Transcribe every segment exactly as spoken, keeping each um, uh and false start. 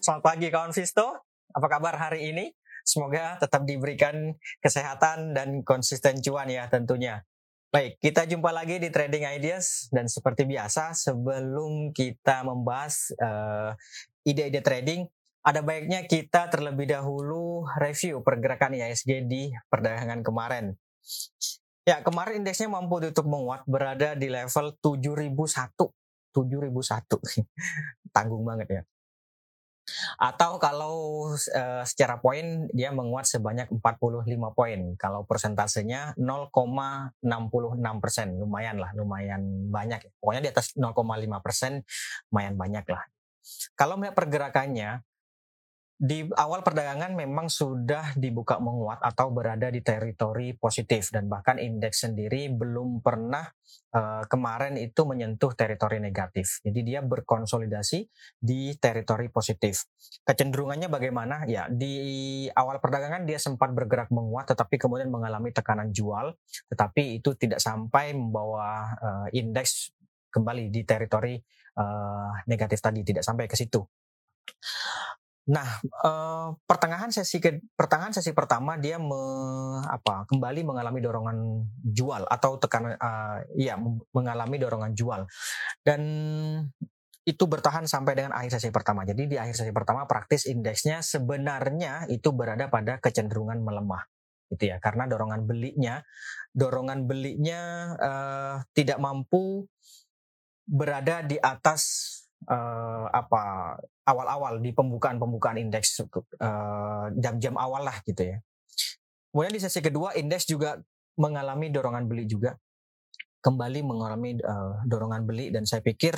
Selamat pagi kawan Visto, apa kabar hari ini? Semoga tetap diberikan kesehatan dan konsisten cuan ya tentunya. Baik, kita jumpa lagi di Trading Ideas dan seperti biasa sebelum kita membahas uh, ide-ide trading, ada baiknya kita terlebih dahulu review pergerakan I H S G di perdagangan kemarin. Ya, kemarin indeksnya mampu tutup menguat berada di level tujuh ribu satu. tujuh ribu satu. Tanggung banget ya. Atau kalau uh, secara poin dia menguat sebanyak empat puluh lima poin. Kalau persentasenya nol koma enam enam persen, lumayan lah, lumayan banyak. Pokoknya di atas nol koma lima persen, lumayan banyak lah. Kalau melihat pergerakannya, di awal perdagangan memang sudah dibuka menguat atau berada di teritori positif dan bahkan indeks sendiri belum pernah uh, kemarin itu menyentuh teritori negatif. Jadi dia berkonsolidasi di teritori positif. Kecenderungannya bagaimana? Ya, di awal perdagangan dia sempat bergerak menguat tetapi kemudian mengalami tekanan jual, tetapi itu tidak sampai membawa uh, indeks kembali di teritori uh, negatif tadi, tidak sampai ke situ. Nah, uh, pertengahan sesi ke, pertengahan sesi pertama dia me, apa, kembali mengalami dorongan jual atau tekanan, uh, ya mengalami dorongan jual dan itu bertahan sampai dengan akhir sesi pertama. Jadi di akhir sesi pertama praktis indeksnya sebenarnya itu berada pada kecenderungan melemah, gitu ya, karena dorongan belinya, dorongan belinya uh, tidak mampu berada di atas uh, apa awal-awal di pembukaan-pembukaan indeks uh, jam-jam awal lah gitu ya. Kemudian di sesi kedua indeks juga mengalami dorongan beli juga, kembali mengalami uh, dorongan beli dan saya pikir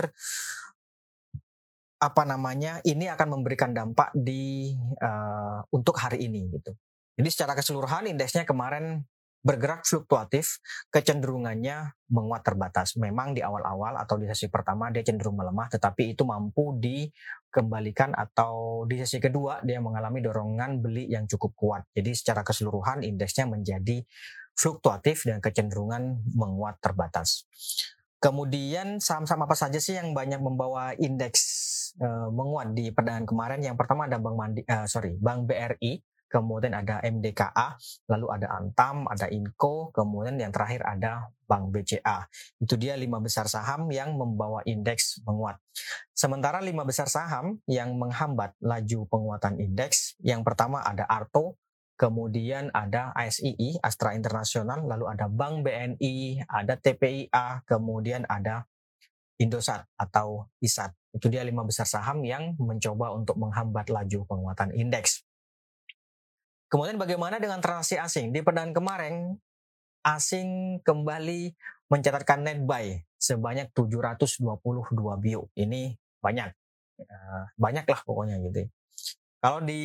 apa namanya ini akan memberikan dampak di uh, untuk hari ini gitu. Jadi secara keseluruhan indeksnya kemarin bergerak fluktuatif, kecenderungannya menguat terbatas. Memang di awal-awal atau di sesi pertama dia cenderung melemah, tetapi itu mampu dikembalikan atau di sesi kedua dia mengalami dorongan beli yang cukup kuat. Jadi secara keseluruhan indeksnya menjadi fluktuatif dan kecenderungan menguat terbatas. Kemudian saham-saham apa saja sih yang banyak membawa indeks uh, menguat di perdagangan kemarin? Yang pertama ada Bank Mandi, uh, sorry, Bank B R I. Kemudian ada M D K A, lalu ada Antam, ada Inco, kemudian yang terakhir ada Bank B C A. Itu dia lima besar saham yang membawa indeks menguat. Sementara lima besar saham yang menghambat laju penguatan indeks, yang pertama ada Arto, kemudian ada A S I I, Astra International, lalu ada Bank B N I, ada T P I A, kemudian ada Indosat atau I S A T. Itu dia lima besar saham yang mencoba untuk menghambat laju penguatan indeks. Kemudian bagaimana dengan transaksi asing? Di perdagangan kemarin, asing kembali mencatatkan net buy sebanyak tujuh ratus dua puluh dua bio. Ini banyak. Uh, banyak lah pokoknya gitu. Kalau di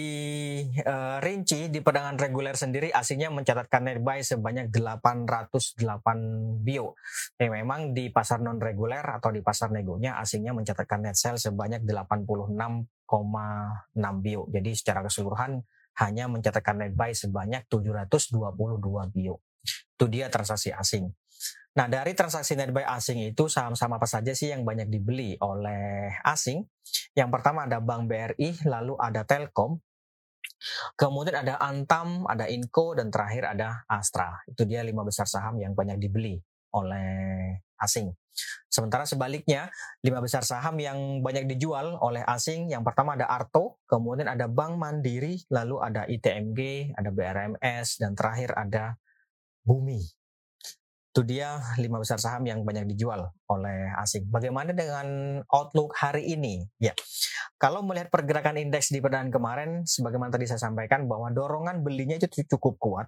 uh, rinci, di perdagangan reguler sendiri, asingnya mencatatkan net buy sebanyak delapan ratus delapan bio. Eh, memang di pasar non-reguler atau di pasar negonya, asingnya mencatatkan net sell sebanyak delapan puluh enam koma enam bio. Jadi secara keseluruhan, hanya mencatatkan net buy sebanyak tujuh ratus dua puluh dua bio. Itu dia transaksi asing. Nah, dari transaksi net buy asing itu saham-saham apa saja sih yang banyak dibeli oleh asing? Yang pertama ada Bank B R I, lalu ada Telkom, kemudian ada Antam, ada Inco, dan terakhir ada Astra. Itu dia lima besar saham yang banyak dibeli oleh asing. Sementara sebaliknya, lima besar saham yang banyak dijual oleh asing, yang pertama ada Arto, kemudian ada Bank Mandiri, lalu ada I T M G, ada B R M S, dan terakhir ada Bumi. Itu dia lima besar saham yang banyak dijual oleh asing. Bagaimana dengan outlook hari ini? Ya, kalau melihat pergerakan indeks di perdagangan kemarin, sebagaimana tadi saya sampaikan bahwa dorongan belinya itu cukup kuat.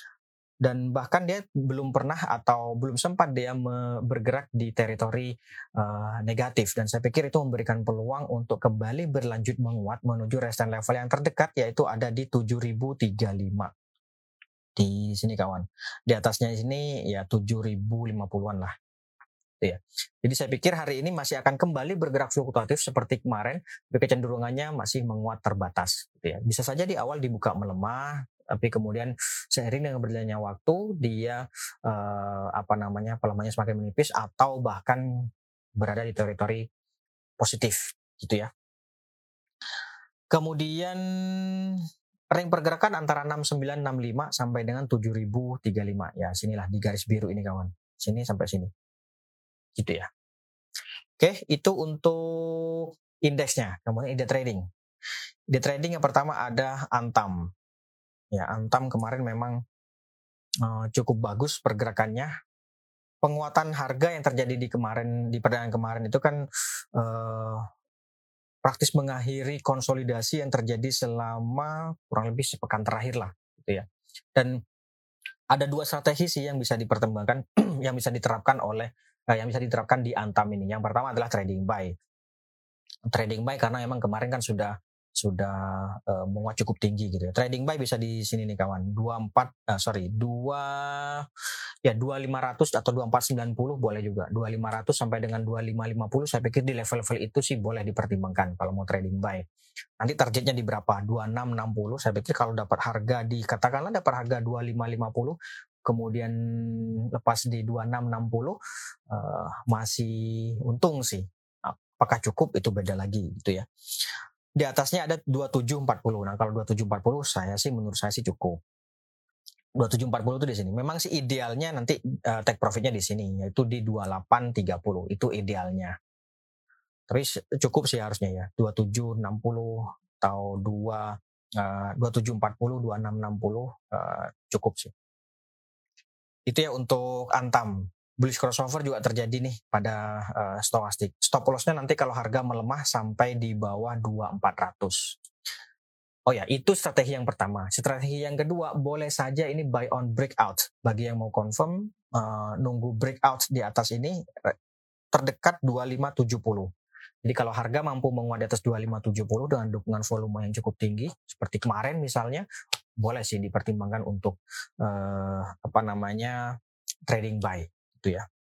Dan bahkan dia belum pernah atau belum sempat dia bergerak di teritori uh, negatif. Dan saya pikir itu memberikan peluang untuk kembali berlanjut menguat menuju resistance level yang terdekat, yaitu ada di tujuh ribu tiga puluh lima. Di sini kawan. Di atasnya sini ya tujuh ribu lima puluhan lah. Ya. Jadi saya pikir hari ini masih akan kembali bergerak fluktuatif seperti kemarin, tapi kecenderungannya masih menguat terbatas. Gitu ya. Bisa saja di awal dibuka melemah, tapi kemudian seiring dengan berjalannya waktu dia uh, apa namanya pelemahannya semakin menipis atau bahkan berada di teritori positif, gitu ya. Kemudian ring pergerakan antara enam sembilan enam lima sampai dengan tujuh ribu tiga puluh lima. Ya, sinilah di garis biru ini kawan. Sini sampai sini. Gitu ya. Oke, itu untuk indeksnya. Kemudian ide trading. Ide trading yang pertama ada Antam. Ya, Antam kemarin memang uh, cukup bagus pergerakannya. Penguatan harga yang terjadi di kemarin di perdagangan kemarin itu kan uh, praktis mengakhiri konsolidasi yang terjadi selama kurang lebih sepekan terakhir lah, gitu ya. Dan ada dua strategi sih yang bisa dipertimbangkan, yang bisa diterapkan oleh, eh, yang bisa diterapkan di Antam ini. Yang pertama adalah trading buy. Trading buy karena memang kemarin kan sudah sudah uh, menguat cukup tinggi gitu ya. Trading buy bisa di sini nih kawan, dua puluh empat uh, sorry dua ya dua ribu lima ratus atau dua ribu empat ratus sembilan puluh boleh juga. dua ribu lima ratus sampai dengan dua ribu lima ratus lima puluh saya pikir di level-level itu sih boleh dipertimbangkan kalau mau trading buy. Nanti targetnya di berapa? dua ribu enam ratus enam puluh. Saya pikir kalau dapat harga di katakanlah dapat harga dua ribu lima ratus lima puluh kemudian lepas di dua ribu enam ratus enam puluh uh, masih untung sih. Apakah cukup itu beda lagi gitu ya. Di atasnya ada dua ribu tujuh ratus empat puluh. Nah, kalau dua ribu tujuh ratus empat puluh saya sih menurut saya sih cukup. dua ribu tujuh ratus empat puluh itu di sini. Memang sih idealnya nanti uh, take profitnya di sini yaitu di dua puluh delapan tiga puluh. Itu idealnya. Tapi cukup sih harusnya ya. dua ribu tujuh ratus enam puluh atau dua uh, dua ribu tujuh ratus empat puluh, dua ribu enam ratus enam puluh uh, cukup sih. Itu ya untuk Antam. Bullish crossover juga terjadi nih pada uh, Stochastic. Stop lossnya nanti kalau harga melemah sampai di bawah dua ribu empat ratus. Oh ya, itu strategi yang pertama. Strategi yang kedua, boleh saja ini buy on breakout. Bagi yang mau confirm, uh, nunggu breakout di atas ini terdekat dua ribu lima ratus tujuh puluh. Jadi kalau harga mampu menguat di atas dua ribu lima ratus tujuh puluh dengan dukungan volume yang cukup tinggi, seperti kemarin misalnya, boleh sih dipertimbangkan untuk uh, apa namanya trading buy. Itu ya.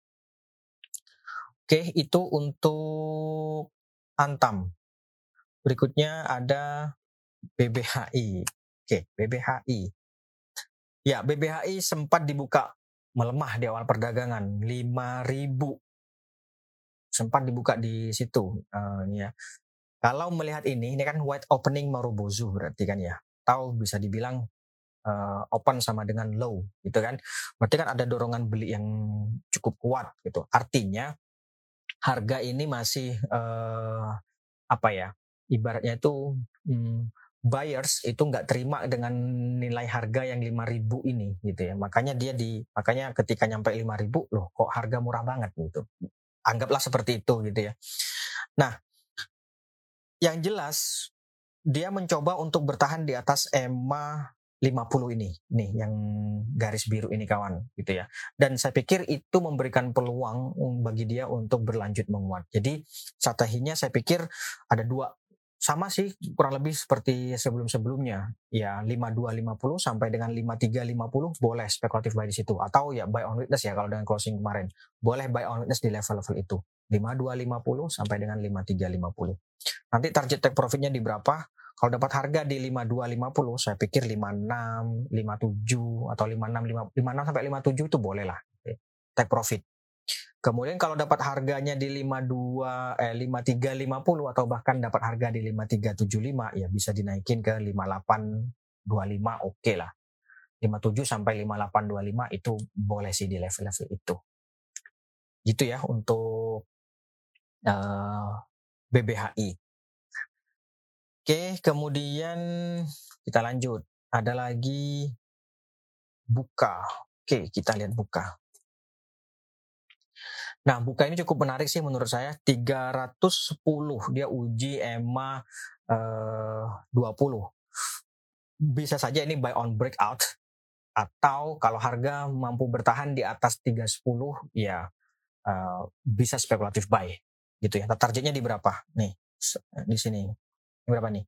Oke, itu untuk Antam. Berikutnya ada B B H I. Oke, B B H I. Ya, B B H I sempat dibuka melemah di awal perdagangan lima ribu. Sempat dibuka di situ uh, ya. Kalau melihat ini, ini kan white opening Marubozu berarti kan ya. Atau bisa dibilang uh, open sama dengan low gitu kan. Berarti kan ada dorongan beli yang cukup kuat gitu. Artinya harga ini masih uh, apa ya, ibaratnya itu hmm, buyers itu nggak terima dengan nilai harga yang lima ribu ini gitu ya. Makanya dia di makanya ketika nyampe lima ribu loh kok harga murah banget gitu. Anggaplah seperti itu gitu ya. Nah, yang jelas dia mencoba untuk bertahan di atas E M A lima puluh ini, nih yang garis biru ini kawan, gitu ya. Dan saya pikir itu memberikan peluang bagi dia untuk berlanjut menguat. Jadi strateginya saya pikir ada dua, sama sih kurang lebih seperti sebelum-sebelumnya. Ya lima dua lima puluh sampai dengan lima tiga lima puluh boleh spekulatif buy di situ. Atau ya buy on weakness ya kalau dengan closing kemarin. Boleh buy on weakness di level-level itu. lima dua lima puluh sampai dengan lima tiga lima puluh. Nanti target take profitnya di berapa? Kalau dapat harga di lima dua lima puluh, saya pikir lima enam, lima tujuh atau lima enam, lima enam sampai lima tujuh itu boleh lah take profit. Kemudian kalau dapat harganya di lima dua eh lima tiga lima puluh atau bahkan dapat harga di lima tiga tujuh lima ya bisa dinaikin ke lima delapan dua lima, oke okay lah. lima tujuh sampai lima delapan dua lima itu boleh sih di level-level itu. Gitu ya untuk uh, B B H I. Oke, kemudian kita lanjut. Ada lagi Buka. Oke, kita lihat Buka. Nah, Buka ini cukup menarik sih menurut saya. tiga ratus sepuluh dia uji E M A eh, dua puluh. Bisa saja ini buy on breakout. Atau kalau harga mampu bertahan di atas tiga sepuluh, ya uh, bisa spekulatif buy. Gitu ya. Targetnya di berapa? Nih, di sini. Berapa nih?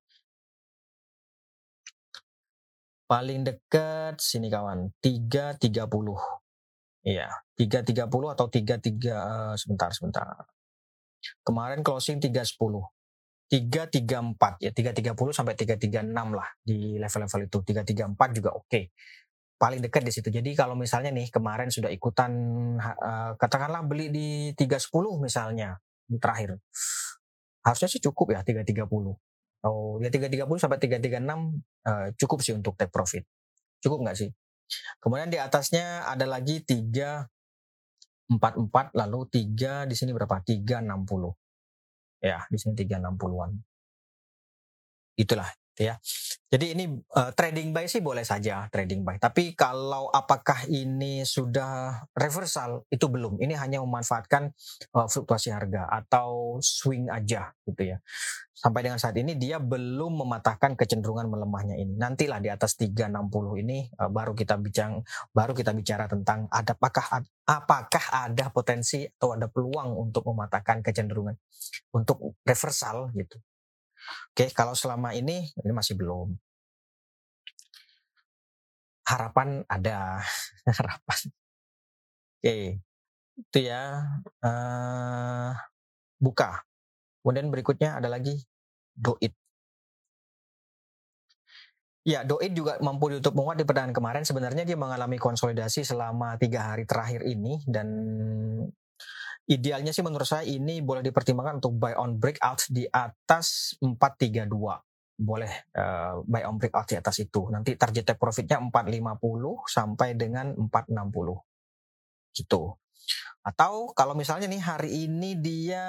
Paling dekat sini kawan, tiga tiga puluh. Iya, tiga tiga puluh atau tiga tiga uh, sebentar sebentar. Kemarin closing tiga sepuluh. tiga tiga empat ya, tiga tiga puluh sampai tiga tiga enam lah di level-level itu. tiga tiga empat juga oke. Okay. Paling dekat di situ. Jadi kalau misalnya nih kemarin sudah ikutan uh, katakanlah beli di tiga sepuluh misalnya terakhir. Harusnya sih cukup ya tiga tiga puluh. atau ya tiga tiga puluh sampai tiga tiga enam uh, cukup sih untuk take profit. Cukup nggak sih? Kemudian di atasnya ada lagi tiga empat empat, lalu tiga di sini berapa? tiga enam nol. Ya, di sini tiga enam nol-an. Itulah ya. Jadi ini uh, trading buy sih boleh saja trading buy. Tapi kalau apakah ini sudah reversal, itu belum. Ini hanya memanfaatkan uh, fluktuasi harga atau swing aja gitu ya. Sampai dengan saat ini dia belum mematahkan kecenderungan melemahnya ini. Nantilah di atas tiga enam nol ini uh, baru kita bicara baru kita bicara tentang ada apakah apakah ada potensi atau ada peluang untuk mematahkan kecenderungan untuk reversal gitu. Oke, kalau selama ini ini masih belum. Harapan ada, harapan. Oke, itu ya. Uh, buka. Kemudian berikutnya ada lagi Doit. Ya, Doit juga mampu ditutup menguat di perdagangan kemarin. Sebenarnya dia mengalami konsolidasi selama tiga hari terakhir ini dan idealnya sih menurut saya ini boleh dipertimbangkan untuk buy on breakout di atas empat tiga dua. Boleh uh, buy on breakout di atas itu. Nanti target take profitnya empat lima nol sampai dengan empat enam nol. Gitu. Atau kalau misalnya nih hari ini dia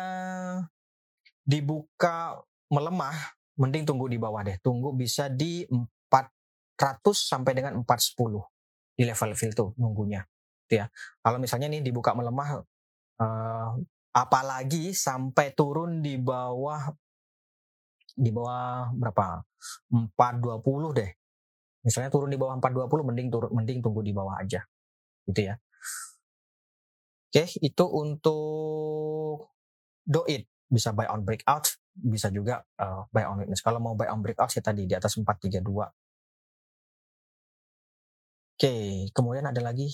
dibuka melemah, mending tunggu di bawah deh. Tunggu bisa di empat ratus sampai dengan empat sepuluh. Di level-level itu nunggunya. Gitu ya. Kalau misalnya nih dibuka melemah, uh, apalagi sampai turun di bawah di bawah berapa? empat dua puluh deh. Misalnya turun di bawah empat dua puluh, mending turun mending tunggu di bawah aja. Gitu ya. Oke, itu untuk Doit. Bisa buy on breakout, bisa juga uh, buy on weakness. Kalau mau buy on breakout sih tadi di atas empat tiga dua. Oke, kemudian ada lagi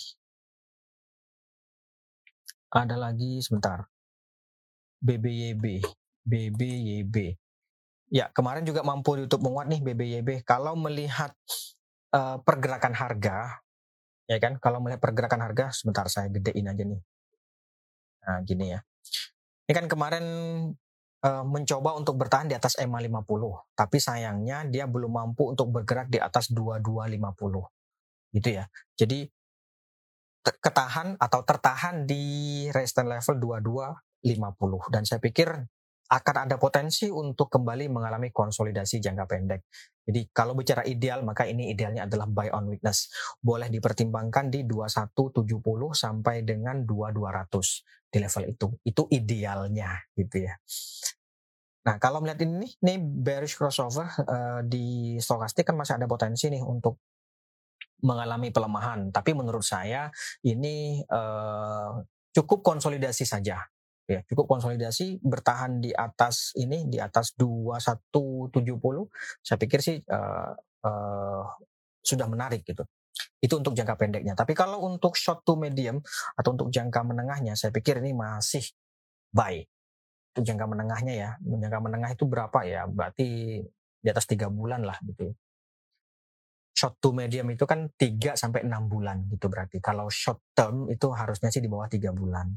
ada lagi sebentar. B B Y B. B B Y B. Ya, kemarin juga mampu ditutup menguat nih B B Y B. Kalau melihat uh, pergerakan harga, ya kan? Kalau melihat pergerakan harga, sebentar saya gedein aja nih. Nah, gini ya. Ini kan kemarin uh, mencoba untuk bertahan di atas E M A lima puluh, tapi sayangnya dia belum mampu untuk bergerak di atas dua dua lima nol. Gitu ya. Jadi ketahan atau tertahan di resistance level dua dua lima nol, dan saya pikir akan ada potensi untuk kembali mengalami konsolidasi jangka pendek. Jadi kalau bicara ideal, maka ini idealnya adalah buy on weakness. Boleh dipertimbangkan di dua satu tujuh nol sampai dengan dua dua ratus di level itu. Itu idealnya gitu ya. Nah, kalau melihat ini nih bearish crossover uh, di stokastik kan masih ada potensi nih untuk mengalami pelemahan. Tapi menurut saya ini uh, cukup konsolidasi saja. Ya, cukup konsolidasi, bertahan di atas ini, di atas dua satu tujuh nol. Saya pikir sih uh, uh, sudah menarik gitu. Itu untuk jangka pendeknya. Tapi kalau untuk short to medium atau untuk jangka menengahnya, saya pikir ini masih buy. Untuk jangka menengahnya ya. Jangka menengah itu berapa ya? Berarti di atas tiga bulan lah gitu. Short to medium itu kan tiga sampai enam bulan gitu berarti. Kalau short term itu harusnya sih di bawah tiga bulan.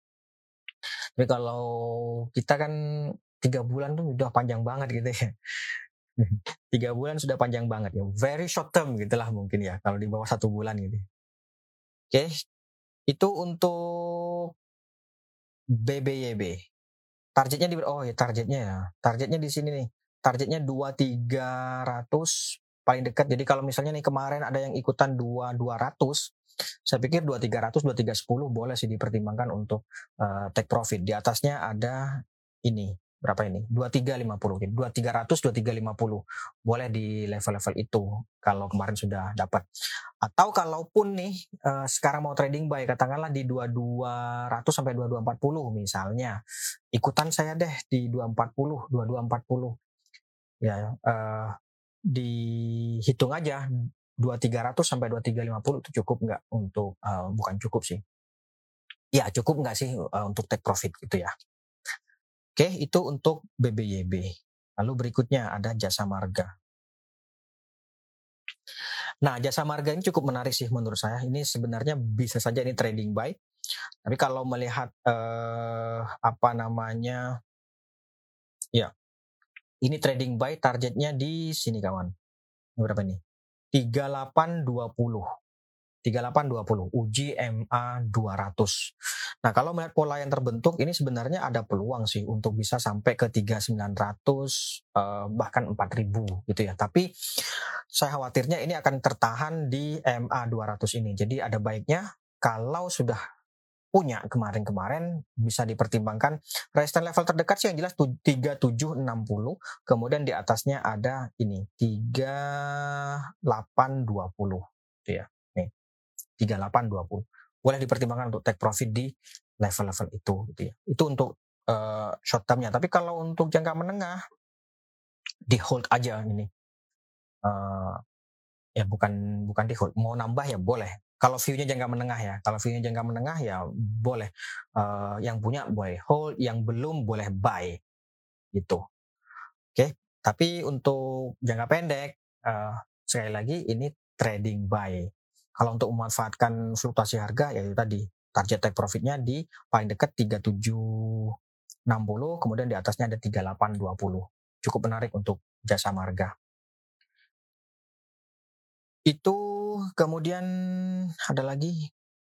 Tapi kalau kita kan tiga bulan tuh udah panjang banget gitu ya. Tiga bulan sudah panjang banget ya. Very short term gitulah mungkin ya. Kalau di bawah satu bulan gitu. Oke, itu untuk B B Y B. Targetnya di oh ya targetnya ya. Targetnya di sini nih. Targetnya dua tiga ratus paling dekat. Jadi kalau misalnya nih kemarin ada yang ikutan dua dua ratus, saya pikir dua tiga ratus, dua tiga sepuluh boleh sih dipertimbangkan untuk uh, take profit. Di atasnya ada ini, berapa ini? dua tiga lima nol. dua tiga ratus, dua tiga lima nol. Boleh di level-level itu kalau kemarin sudah dapat. Atau kalaupun nih uh, sekarang mau trading buy, katakanlah di dua dua ratus sampai dua dua empat nol misalnya. Ikutan saya deh di dua empat nol, dua dua empat nol. Ya, uh, dihitung aja dua tiga ratus sampai dua tiga lima nol itu cukup nggak untuk uh, bukan cukup sih. Ya, cukup nggak sih uh, untuk take profit gitu ya. Oke, itu untuk B B Y B. Lalu berikutnya ada Jasa Marga. Nah, Jasa Marga ini cukup menarik sih menurut saya. Ini sebenarnya bisa saja ini trading buy. Tapi kalau melihat uh, apa namanya, ya Ini trading buy, targetnya di sini kawan. Ini berapa nih? tiga delapan dua puluh. tiga delapan dua puluh, uji M A dua ratus. Nah, kalau melihat pola yang terbentuk, ini sebenarnya ada peluang sih untuk bisa sampai ke tiga sembilan ratus, eh, bahkan empat ribu gitu ya. Tapi saya khawatirnya ini akan tertahan di M A dua ratus ini. Jadi ada baiknya kalau sudah punya kemarin-kemarin bisa dipertimbangkan resistance level terdekat sih yang jelas tiga tujuh enam nol, kemudian di atasnya ada ini tiga delapan dua nol gitu ya. Nih, tiga delapan dua nol. Boleh dipertimbangkan untuk take profit di level-level itu gitu ya. Itu untuk uh, short termnya. Tapi kalau untuk jangka menengah di hold aja ini. Uh, ya bukan bukan di hold, mau nambah ya boleh. Kalau view-nya jangka menengah ya, kalau view-nya jangka menengah ya boleh. Uh, yang punya boleh hold, yang belum boleh buy, gitu. Oke, okay? Tapi untuk jangka pendek, uh, sekali lagi ini trading buy. Kalau untuk memanfaatkan fluktuasi harga, ya itu tadi target take profitnya di paling dekat tiga tujuh enam nol, kemudian di atasnya ada tiga delapan dua nol. Cukup menarik untuk jasa marga. Itu kemudian ada lagi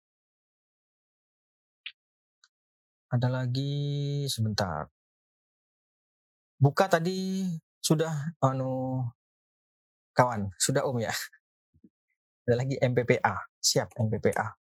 ada lagi sebentar. Buka tadi sudah anu kawan, sudah Om ya. Ada lagi M P P A, siap M P P A.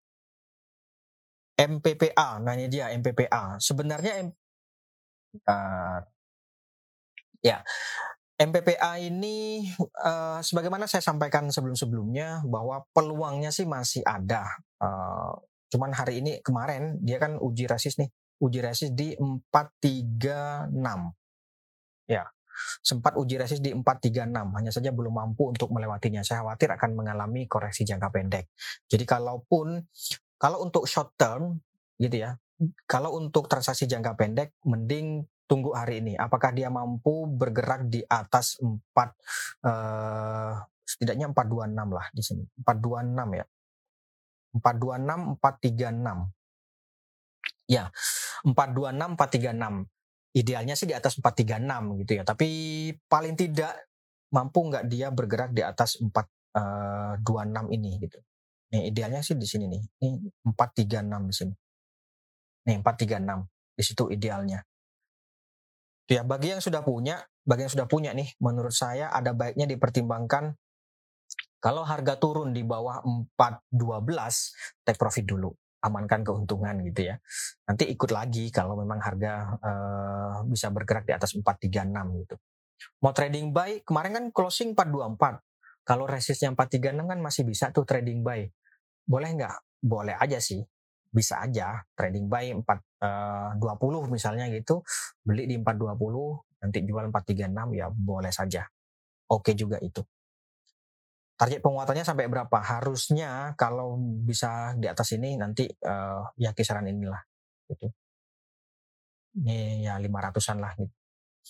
M P P A, nah ini dia M P P A. Sebenarnya uh, ya M P P A ini uh, sebagaimana saya sampaikan sebelum-sebelumnya bahwa peluangnya sih masih ada. Uh, cuman hari ini kemarin dia kan uji resist nih, uji resist di empat tiga enam. Ya, sempat uji resist di empat tiga enam, hanya saja belum mampu untuk melewatinya. Saya khawatir akan mengalami koreksi jangka pendek. Jadi kalaupun kalau untuk short term gitu ya, kalau untuk transaksi jangka pendek mending tunggu hari ini. Apakah dia mampu bergerak di atas empat eh, setidaknya empat dua enam lah di sini. empat dua enam ya. empat dua enam, empat tiga enam. Ya, empat dua enam, empat tiga enam. Idealnya sih di atas empat tiga enam gitu ya. Tapi paling tidak mampu nggak dia bergerak di atas empat dua enam ini gitu. Nih idealnya sih di sini nih. Ini empat tiga enam di sini. Nih empat tiga enam. Di situ idealnya. Ya, bagi yang sudah punya, bagi yang sudah punya nih, menurut saya ada baiknya dipertimbangkan kalau harga turun di bawah empat dua belas, take profit dulu. Amankan keuntungan gitu ya. Nanti ikut lagi kalau memang harga uh, bisa bergerak di atas empat tiga enam gitu. Mau trading buy, kemarin kan closing empat dua empat. Kalau resistnya empat tiga enam kan masih bisa tuh trading buy. Boleh nggak? Boleh aja sih. Bisa aja trading buy empat dua puluh misalnya gitu. Beli di empat dua puluh, nanti jual empat tiga enam ya boleh saja. Oke juga itu. Target penguatannya sampai berapa? Harusnya kalau bisa di atas ini nanti uh, ya kisaran inilah gitu. Ini ya lima ratusan lah gitu.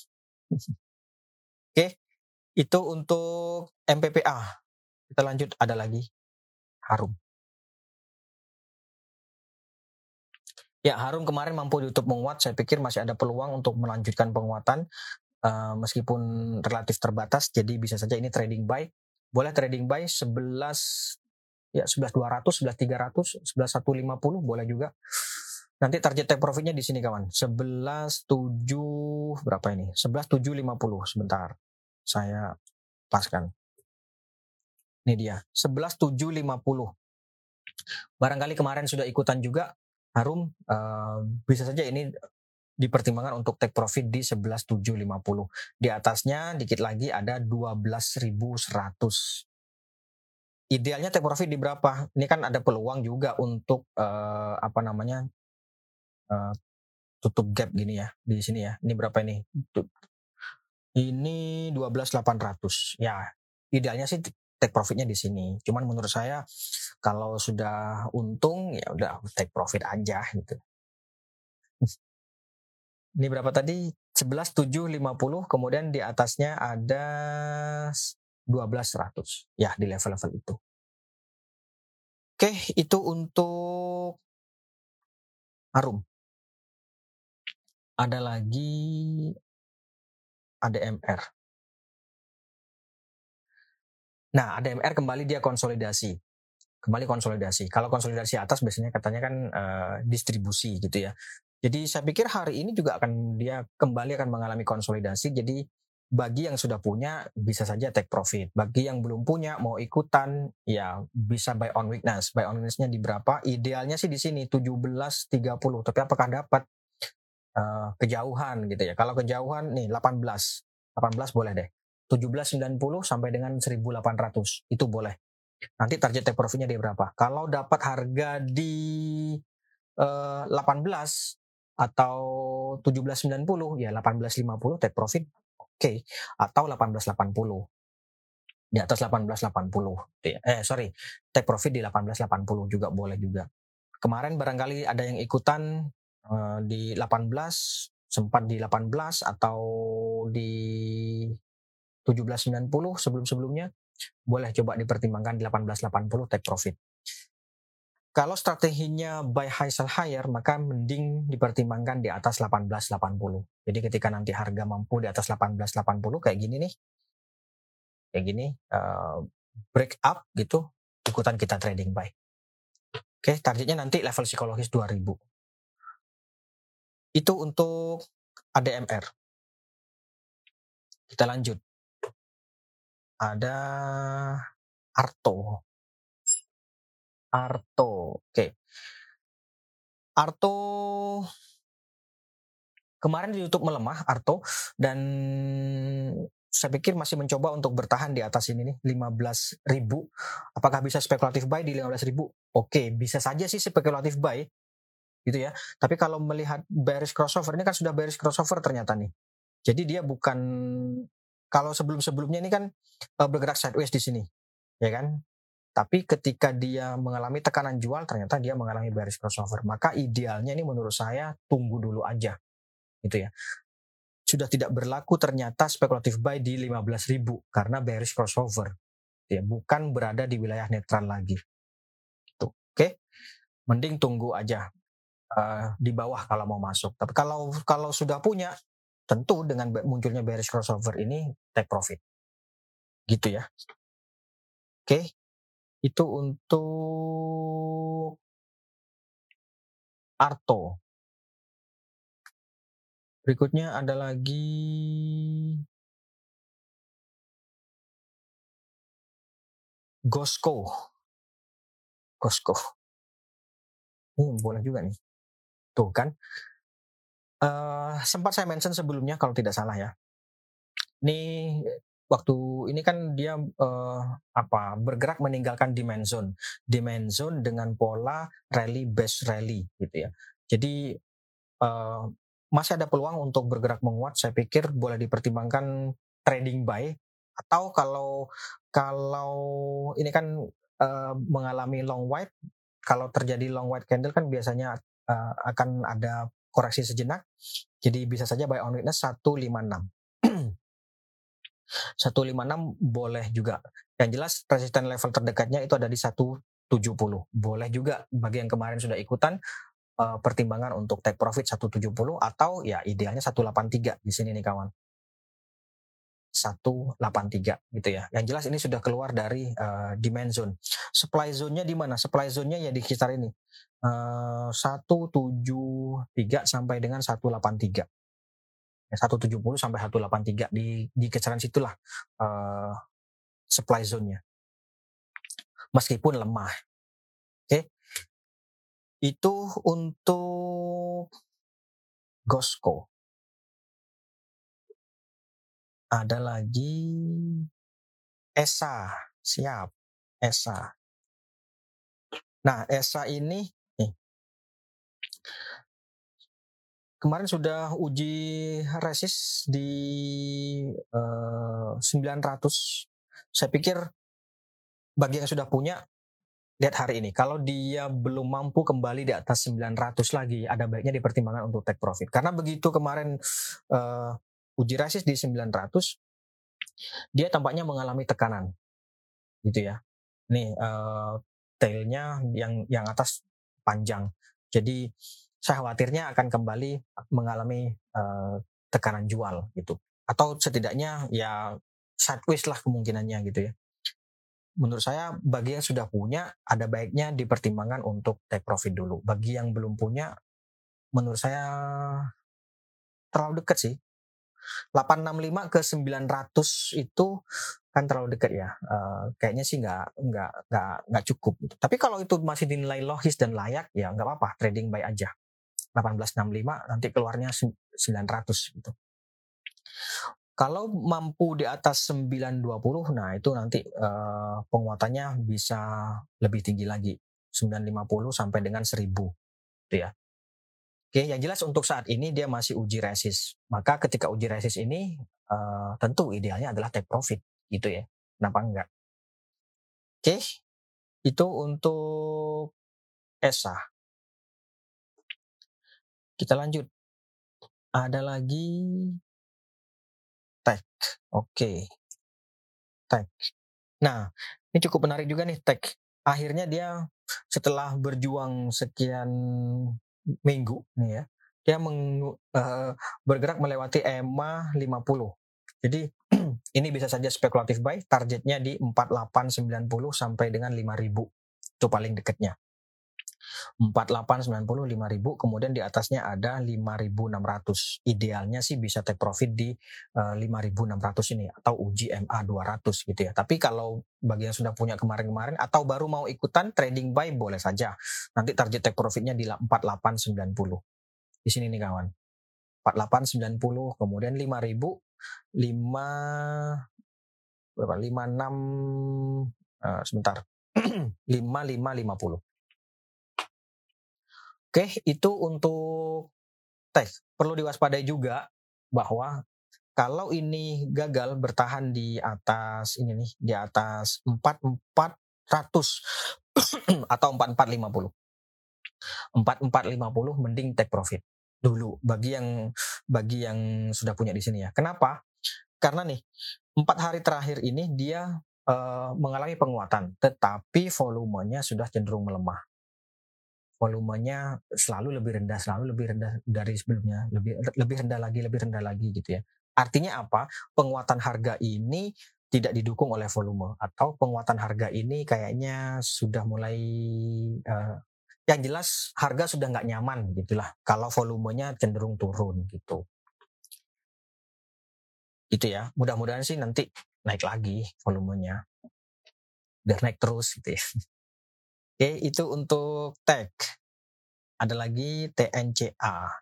Oke, itu untuk M P P A. Kita lanjut, ada lagi Harum. Ya, Harum kemarin mampu YouTube menguat. Saya pikir masih ada peluang untuk melanjutkan penguatan uh, meskipun relatif terbatas. Jadi bisa saja ini trading buy. Boleh trading buy sebelas ya sebelas dua ratus, sebelas tiga ratus, sebelas seratus lima puluh boleh juga. Nanti target take profitnya di sini kawan. sebelas tujuh berapa ini? sebelas tujuh lima puluh. Sebentar. Saya paskan. Ini dia, sebelas tujuh lima puluh. Barangkali kemarin sudah ikutan juga Harum, uh, bisa saja ini dipertimbangkan untuk take profit di sebelas tujuh lima puluh. Di atasnya dikit lagi ada dua belas ribu seratus. Idealnya take profit di berapa? Ini kan ada peluang juga untuk uh, apa namanya uh, tutup gap gini ya di sini ya. Ini berapa ini? Ini dua belas delapan ratus. Ya, idealnya sih take profitnya di sini. Cuman menurut saya kalau sudah untung ya udah take profit aja gitu. Ini berapa tadi? sebelas tujuh lima puluh, kemudian di atasnya ada dua belas seratus. Ya, di level-level itu. Oke, itu untuk Harum. Ada lagi A D M R. Nah, A D M R kembali dia konsolidasi. Kembali konsolidasi. Kalau konsolidasi atas biasanya katanya kan uh, distribusi gitu ya. Jadi saya pikir hari ini juga akan dia kembali akan mengalami konsolidasi. Jadi bagi yang sudah punya bisa saja take profit. Bagi yang belum punya mau ikutan ya bisa buy on weakness. Buy on weakness-nya di berapa? Idealnya sih di sini tujuh belas tiga puluh. Tapi apakah dapat uh, kejauhan gitu ya? Kalau kejauhan nih delapan belas. delapan belas boleh deh. tujuh belas sembilan puluh sampai dengan seribu delapan ratus itu boleh. Nanti target take profitnya di berapa? Kalau dapat harga di uh, delapan belas atau tujuh belas sembilan puluh ya delapan belas lima puluh take profit oke, okay. Atau delapan belas delapan puluh di atas delapan belas delapan puluh eh sorry take profit di delapan belas delapan puluh juga boleh juga. Kemarin barangkali ada yang ikutan uh, di delapan belas, sempat di delapan belas atau di tujuh belas sembilan puluh sebelum-sebelumnya boleh coba dipertimbangkan di delapan belas delapan puluh take profit. Kalau strateginya buy high sell higher, maka mending dipertimbangkan di atas delapan belas delapan puluh. Jadi ketika nanti harga mampu di atas delapan belas delapan puluh kayak gini nih, kayak gini, uh, break up gitu, ikutan kita trading buy. Oke, targetnya nanti level psikologis dua ribu. Itu untuk A D M R. Kita lanjut. Ada Arto. Arto, oke. Arto kemarin di YouTube melemah Arto dan saya pikir masih mencoba untuk bertahan di atas ini nih lima belas ribu. Apakah bisa spekulatif buy di lima belas ribu? Oke, bisa saja sih spekulatif buy gitu ya. Tapi kalau melihat bearish crossover ini kan sudah bearish crossover ternyata nih. Jadi dia bukan kalau sebelum-sebelumnya ini kan bergerak sideways di sini, ya kan? Tapi ketika dia mengalami tekanan jual ternyata dia mengalami bearish crossover. Maka idealnya ini menurut saya tunggu dulu aja gitu ya. Sudah tidak berlaku ternyata spekulatif buy di lima belas ribu karena bearish crossover. Ya, bukan berada di wilayah netral lagi. Tuh, oke. Okay? Mending tunggu aja uh, di bawah kalau mau masuk. Tapi kalau kalau sudah punya, tentu dengan munculnya bearish crossover ini take profit. Gitu ya. Oke. Okay? Itu untuk Arto. Berikutnya ada lagi Gosco. Gosco. Ini boleh juga nih. Tuh kan. Uh, sempat saya mention sebelumnya kalau tidak salah ya. Ini waktu ini kan dia uh, apa bergerak meninggalkan demand zone. Demand zone dengan pola rally base rally gitu ya. Jadi uh, masih ada peluang untuk bergerak menguat. Saya pikir boleh dipertimbangkan trading buy atau kalau kalau ini kan uh, mengalami long white, kalau terjadi long white candle kan biasanya uh, akan ada koreksi sejenak. Jadi bisa saja buy on weakness seratus lima puluh enam. seratus lima puluh enam boleh juga. Yang jelas resisten level terdekatnya itu ada di seratus tujuh puluh. Boleh juga bagi yang kemarin sudah ikutan uh, pertimbangan untuk take profit seratus tujuh puluh atau ya idealnya seratus delapan puluh tiga di sini nih kawan. seratus delapan puluh tiga gitu ya. Yang jelas ini sudah keluar dari uh, demand zone. Supply zone-nya di mana? Supply zone-nya ya di sekitar ini. Uh, seratus tujuh puluh tiga sampai dengan seratus delapan puluh tiga. seratus tujuh puluh sampai seratus delapan puluh tiga di di kisaran situlah uh, supply zone-nya. Meskipun lemah. Oke. Okay. Itu untuk Gosco. Ada lagi E S A. Siap. E S A. Nah, E S A ini nih. Kemarin sudah uji resist di uh, sembilan ratus. Saya pikir bagi yang sudah punya, lihat hari ini. Kalau dia belum mampu kembali di atas sembilan ratus lagi, ada baiknya dipertimbangkan untuk take profit. Karena begitu kemarin uh, uji resist di sembilan ratus, dia tampaknya mengalami tekanan. Gitu ya. Nih, uh, tailnya yang yang atas panjang. Jadi saya khawatirnya akan kembali mengalami uh, tekanan jual gitu. atau setidaknya ya sideways lah kemungkinannya gitu ya. Menurut saya bagi yang sudah punya ada baiknya dipertimbangkan untuk take profit dulu. Bagi yang belum punya menurut saya terlalu dekat sih. delapan enam lima ke sembilan ratus itu kan terlalu dekat ya. Uh, kayaknya sih nggak nggak nggak nggak cukup. Gitu. Tapi kalau itu masih dinilai logis dan layak ya nggak apa-apa, trading buy aja. delapan belas enam puluh lima nanti keluarnya sembilan ratus gitu. Kalau mampu di atas sembilan dua puluh, nah itu nanti uh, penguatannya bisa lebih tinggi lagi, sembilan lima puluh sampai dengan seribu, gitu ya. Oke, yang jelas untuk saat ini dia masih uji resist. Maka ketika uji resist ini uh, tentu idealnya adalah take profit, gitu ya. Kenapa enggak? Oke, itu untuk E S A. Kita lanjut. Ada lagi T E C. Oke. T E C. Nah, ini cukup menarik juga nih T E C. Akhirnya dia setelah berjuang sekian minggu nih ya, dia meng, uh, bergerak melewati E M A lima puluh. Jadi ini bisa saja spekulatif buy, targetnya di empat delapan sembilan nol sampai dengan lima ribu. Itu paling dekatnya. empat delapan sembilan nol lima ribu, kemudian di atasnya ada lima ribu enam ratus. Idealnya sih bisa take profit di uh, lima ribu enam ratus ini atau uji M A dua ratus gitu ya. Tapi kalau bagi yang sudah punya kemarin-kemarin atau baru mau ikutan trading buy boleh saja. Nanti target take profitnya di empat delapan sembilan nol. Di sini nih kawan. empat delapan sembilan nol, kemudian lima ribu, lima berapa? lima puluh enam uh, sebentar. lima lima lima nol. Oke, itu untuk T E C. Perlu diwaspadai juga bahwa kalau ini gagal bertahan di atas ini nih, di atas empat empat ratus atau empat empat lima nol. empat empat lima nol mending take profit dulu bagi yang bagi yang sudah punya di sini ya. Kenapa? Karena nih empat hari terakhir ini dia uh, mengalami penguatan, tetapi volumenya sudah cenderung melemah. Volumenya selalu lebih rendah, selalu lebih rendah dari sebelumnya, lebih lebih rendah lagi, lebih rendah lagi gitu ya. Artinya apa? Penguatan harga ini tidak didukung oleh volume, atau penguatan harga ini kayaknya sudah mulai uh, yang jelas harga sudah nggak nyaman gitulah. Kalau volumenya cenderung turun gitu. Gitu ya. Mudah-mudahan sih nanti naik lagi volumenya, biar naik terus gitu ya. Oke, itu untuk T E C. Ada lagi T N C A.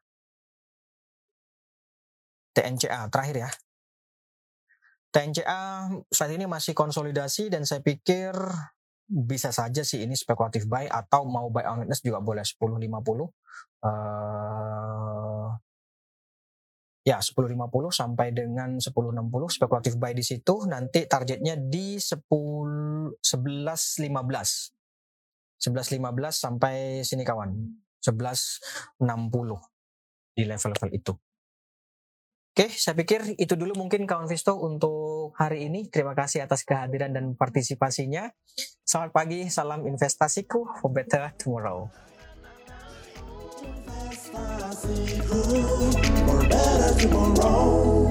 T N C A terakhir ya. T N C A saat ini masih konsolidasi dan saya pikir bisa saja sih ini spekulatif buy atau mau buy on witness juga boleh sepuluh lima puluh. Uh, ya sepuluh lima puluh sampai dengan sepuluh enam puluh spekulatif buy di situ, nanti targetnya di sepuluh sebelas lima belas. sebelas lima belas sampai sini kawan. sebelas enam puluh di level-level itu. Oke, saya pikir itu dulu mungkin kawan Visto untuk hari ini. Terima kasih atas kehadiran dan partisipasinya. Selamat pagi, salam investasiku for better tomorrow. For better tomorrow.